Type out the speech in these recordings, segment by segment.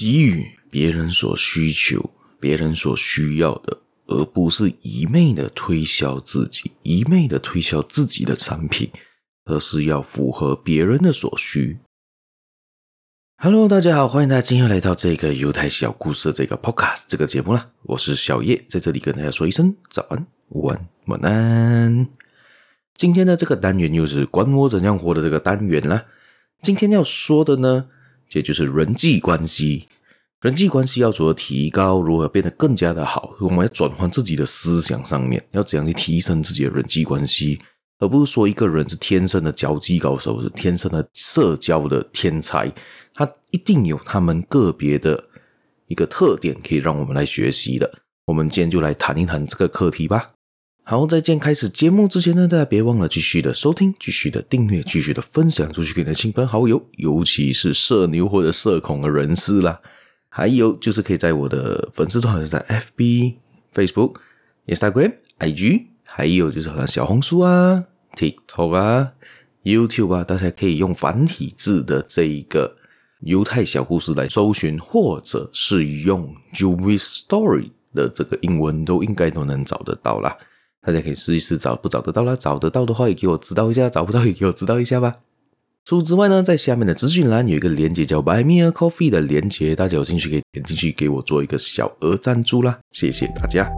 给予别人所需求、别人所需要的，而不是一昧的推销自己，一昧的推销自己的产品，而是要符合别人的所需。Hello， 大家好，欢迎大家今天来到这个犹太小故事的这个 podcast 这个节目啦。我是小叶，在这里跟大家说一声早安、午安、晚安。今天的这个单元又是管我怎样活的这个单元啦。今天要说的呢，也就是人际关系。人际关系要如何提高，如何变得更加的好，我们要转换自己的思想上面，要怎样去提升自己的人际关系，而不是说一个人是天生的交际高手，是天生的社交的天才，他一定有他们个别的一个特点可以让我们来学习的。我们今天就来谈一谈这个课题吧。好，在今天开始节目之前呢，大家别忘了继续的收听，继续的订阅，继续的分享出去给你的亲朋好友，尤其是社牛或者社恐的人士啦。还有就是可以在我的粉丝团，在 FB、Facebook、Instagram、IG， 还有就是好像小红书啊、TikTok 啊、YouTube 啊，大家可以用繁体字的这一个犹太小故事来搜寻，或者是用 Jewish Story 的这个英文都应该都能找得到啦。大家可以试一试找不找得到啦，找得到的话也给我知道一下，找不到也给我知道一下吧。除此之外呢，在下面的资讯栏有一个连结叫 Buy Me a Coffee 的连结，大家有兴趣可以点进去给我做一个小额赞助啦，谢谢大家。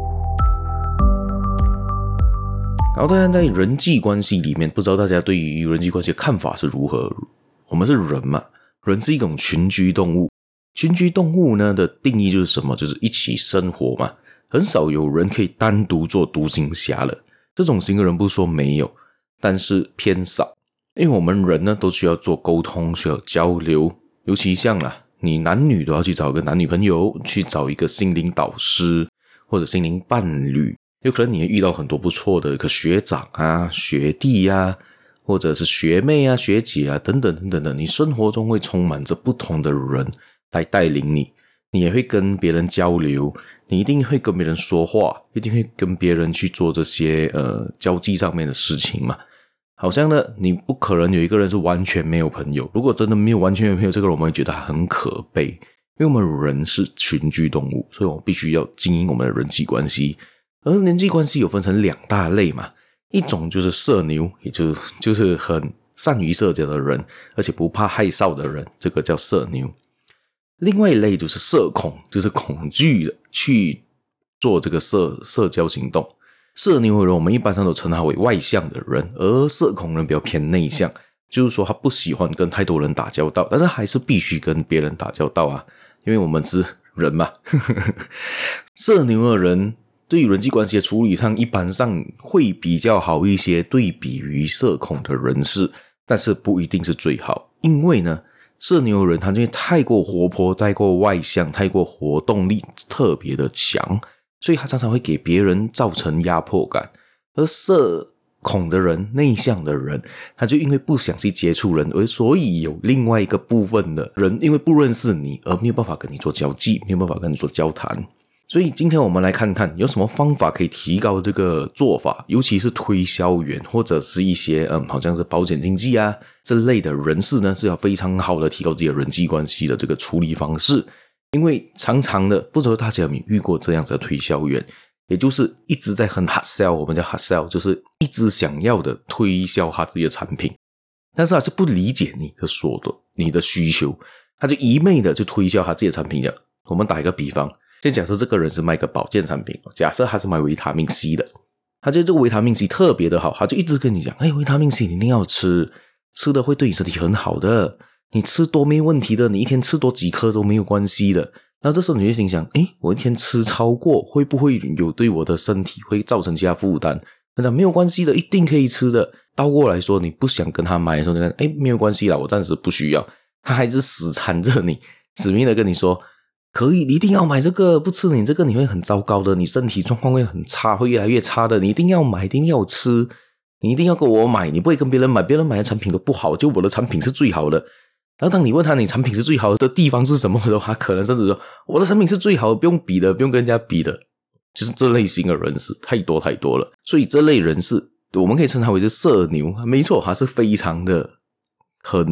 好，当然在人际关系里面，不知道大家对于人际关系的看法是如何。我们是人嘛，人是一种群居动物，群居动物呢的定义就是什么？就是一起生活嘛，很少有人可以单独做独行侠了。这种型的人不是说没有，但是偏少。因为我们人呢都需要做沟通，需要交流，尤其像你男女都要去找一个男女朋友，去找一个心灵导师或者心灵伴侣，有可能你会遇到很多不错的一个学长啊、学弟啊，或者是学妹啊、学姐啊等等等等的，你生活中会充满着不同的人来带领你，你也会跟别人交流，你一定会跟别人说话，一定会跟别人去做这些交际上面的事情嘛。好像呢，你不可能有一个人是完全没有朋友。如果真的没有完全没有朋友，这个人我们会觉得很可悲，因为我们人是群居动物，所以我们必须要经营我们的人际关系。而人际关系有分成两大类嘛，一种就是社牛，也就是很善于社交的人，而且不怕害臊的人，这个叫社牛。另外一类就是社恐，就是恐惧的去做这个社交行动。社牛的人我们一般上都称他为外向的人，而社恐人比较偏内向，就是说他不喜欢跟太多人打交道，但是还是必须跟别人打交道啊，因为我们是人嘛。社牛的人对于人际关系的处理上一般上会比较好一些，对比于社恐的人士，但是不一定是最好。因为呢，社牛的人他就太过活泼，太过外向，太过活动力特别的强，所以他常常会给别人造成压迫感。而社恐的人、内向的人，他就因为不想去接触人，而所以有另外一个部分的人因为不认识你而没有办法跟你做交际，没有办法跟你做交谈。所以今天我们来看看有什么方法可以提高这个做法，尤其是推销员或者是一些好像是保险经纪啊这类的人士呢，是要非常好的提高自己的人际关系的这个处理方式。因为常常的，不知道大家有没有遇过这样子的推销员，也就是一直在很 hard sell， 我们叫 hard sell， 就是一直想要的推销他自己的产品，但是他是不理解你的需求，他就一昧的就推销他自己的产品的。我们打一个比方，先假设这个人是卖个保健产品，假设他是卖维他命 C 的，他觉得这个维他命 C 特别的好，他就一直跟你讲，维他命 C 你一定要吃，吃的会对你身体很好的，你吃多没问题的，你一天吃多几颗都没有关系的。那这时候你就心想，我一天吃超过会不会有对我的身体会造成其他负担？他讲没有关系的，一定可以吃的。倒过来说，你不想跟他买的时候，你看没有关系啦，我暂时不需要。他还是死缠着你，死命的跟你说可以，你一定要买这个，不吃你这个你会很糟糕的，你身体状况会很差，会越来越差的，你一定要买，一定要吃，你一定要跟我买，你不会跟别人买，别人买的产品都不好，就我的产品是最好的。然后当你问他你产品是最好的地方是什么的话，可能甚至说我的产品是最好的，不用比的，不用跟人家比的，就是这类型的人士太多太多了。所以这类人士我们可以称他为是社牛，没错，他是非常的很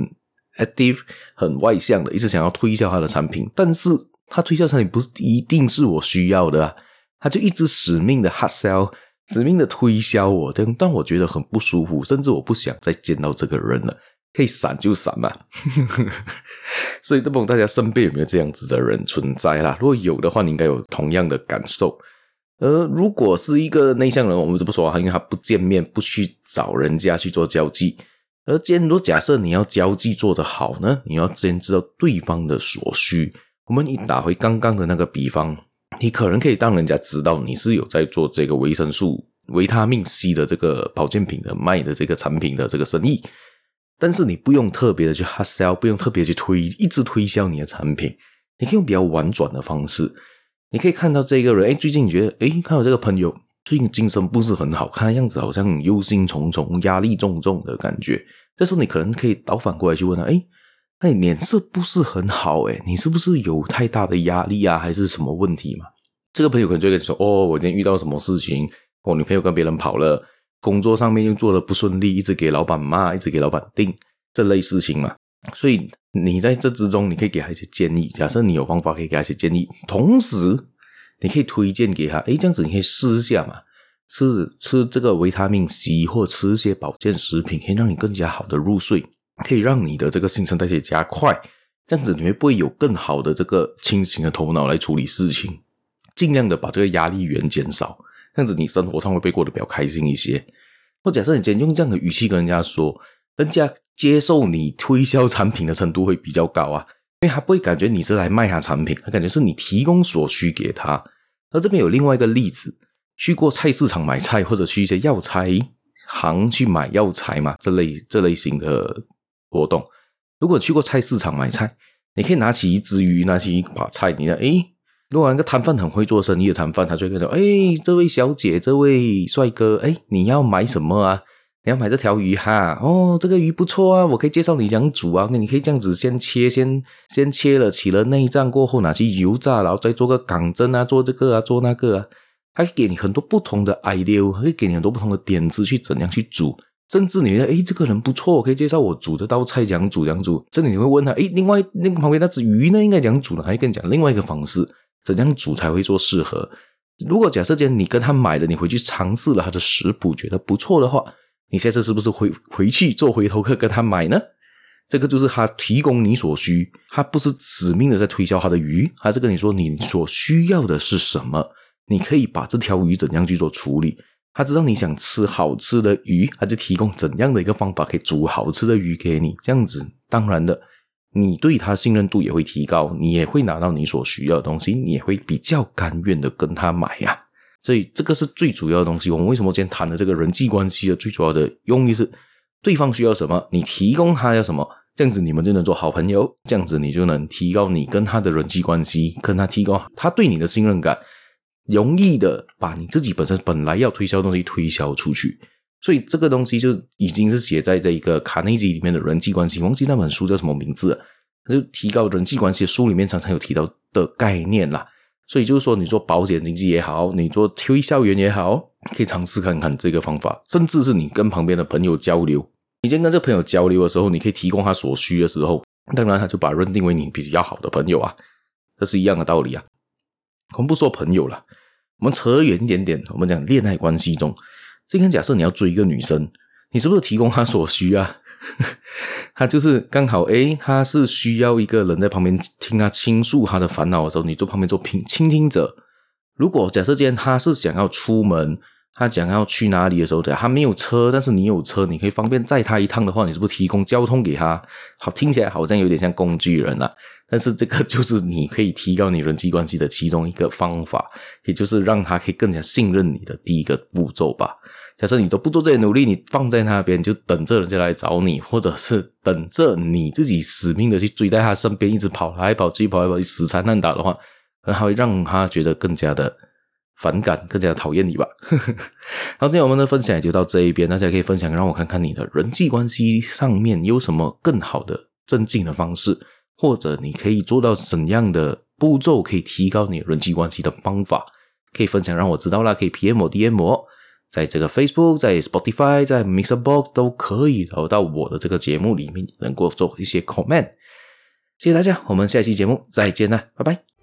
active 很外向的，一直想要推销他的产品，但是他推销产品不是一定是我需要的啊，他就一直死命的 hard sell， 死命的推销我，但我觉得很不舒服，甚至我不想再见到这个人了，可以闪就闪嘛。所以不懂大家身边有没有这样子的人存在啦，如果有的话你应该有同样的感受。如果是一个内向人，我们就不说因为他不见面，不去找人家去做交际。而如果假设你要交际做得好呢，你要先知道对方的所需。我们一打回刚刚的那个比方，你可能可以让人家知道你是有在做这个维生素维他命 C 的这个保健品的卖的这个产品的这个生意，但是你不用特别的去 hard sell， 不用特别去一直推销你的产品，你可以用比较婉转的方式。你可以看到这个人最近你觉得看到这个朋友最近精神不是很好，看样子好像忧心忡忡压力重重的感觉，这时候你可能可以倒反过来去问他那你脸色不是很好你是不是有太大的压力啊，还是什么问题嘛？这个朋友可能就会跟你说我今天遇到什么事情，我女朋友跟别人跑了，工作上面又做得不顺利，一直给老板骂，一直给老板定，这类事情嘛。所以你在这之中你可以给他一些建议，假设你有方法可以给他一些建议，同时你可以推荐给他这样子你可以试一下嘛，吃这个维他命 C 或吃一些保健食品，可以让你更加好的入睡，可以让你的这个新陈代谢加快，这样子你会不会有更好的这个清醒的头脑来处理事情，尽量的把这个压力源减少，这样子你生活上会被过得比较开心一些。或假设你今天用这样的语气跟人家说，人家接受你推销产品的程度会比较高啊，因为他不会感觉你是来卖他产品，他感觉是你提供所需给他。而这边有另外一个例子，去过菜市场买菜，或者去一些药材行去买药材嘛，这类型的活动。如果去过菜市场买菜，你可以拿起一只鱼，拿起一把菜，你如果那个摊贩很会做生意的摊贩，他就会跟你说这位小姐，这位帅哥你要买什么啊？你要买这条鱼哈？这个鱼不错啊，我可以介绍你怎样煮啊。你可以这样子先切了起了内脏过后拿去油炸，然后再做个港蒸啊，做这个啊，做那个啊。还可以给你很多不同的 idea， 可以给你很多不同的点子去怎样去煮。甚至你觉得这个人不错，我可以介绍我煮这道菜怎样煮。甚至你会问他另外那个旁边那只鱼呢应该怎样煮呢？还会跟你讲另外一个方式怎样煮才会做适合。如果假设今天你跟他买了，你回去尝试了他的食谱觉得不错的话，你下次是不是回去做回头客跟他买呢？这个就是他提供你所需，他不是死命的在推销他的鱼，他是跟你说你所需要的是什么，你可以把这条鱼怎样去做处理。他知道你想吃好吃的鱼，他就提供怎样的一个方法可以煮好吃的鱼给你，这样子当然的你对他信任度也会提高，你也会拿到你所需要的东西，你也会比较甘愿的跟他买啊。所以这个是最主要的东西。我们为什么今天谈的这个人际关系的最主要的用意是，对方需要什么，你提供他要什么，这样子你们就能做好朋友，这样子你就能提高你跟他的人际关系，跟他提高他对你的信任感，容易的把你自己本来要推销的东西推销出去。所以这个东西就已经是写在这一个卡内基里面的人际关系，忘记那本书叫什么名字了，就提高人际关系的书里面常常有提到的概念啦。所以就是说你做保险经纪也好，你做推销员也好，可以尝试看看这个方法。甚至是你跟旁边的朋友交流，你先跟这个朋友交流的时候，你可以提供他所需的时候，当然他就把认定为你比较好的朋友啊，这是一样的道理啊。我们不说朋友啦，我们扯远一点点，我们讲恋爱关系中，今天假设你要追一个女生，你是不是提供她所需啊？他就是刚好他是需要一个人在旁边听他倾诉他的烦恼的时候，你在旁边做倾听者。如果假设今天他是想要出门，他想要去哪里的时候，他没有车，但是你有车，你可以方便载他一趟的话，你是不是提供交通给他？好，听起来好像有点像工具人啦，但是这个就是你可以提高你人际关系的其中一个方法，也就是让他可以更加信任你的第一个步骤吧。假设你都不做这些努力，你放在那边就等着人家来找你，或者是等着你自己死命的去追在他身边，一直跑来跑去死缠烂打的话，可能还会让他觉得更加的反感，更加的讨厌你吧。好，今天我们的分享也就到这一边，大家可以分享让我看看你的人际关系上面有什么更好的增进的方式，或者你可以做到怎样的步骤可以提高你人际关系的方法，可以分享让我知道啦，可以 PM 我 DM 我。 在这个 Facebook 在 Spotify 在 Mixerbox 都可以找到我的这个节目里面能够做一些 comment。谢谢大家，我们下期节目再见啦，拜拜。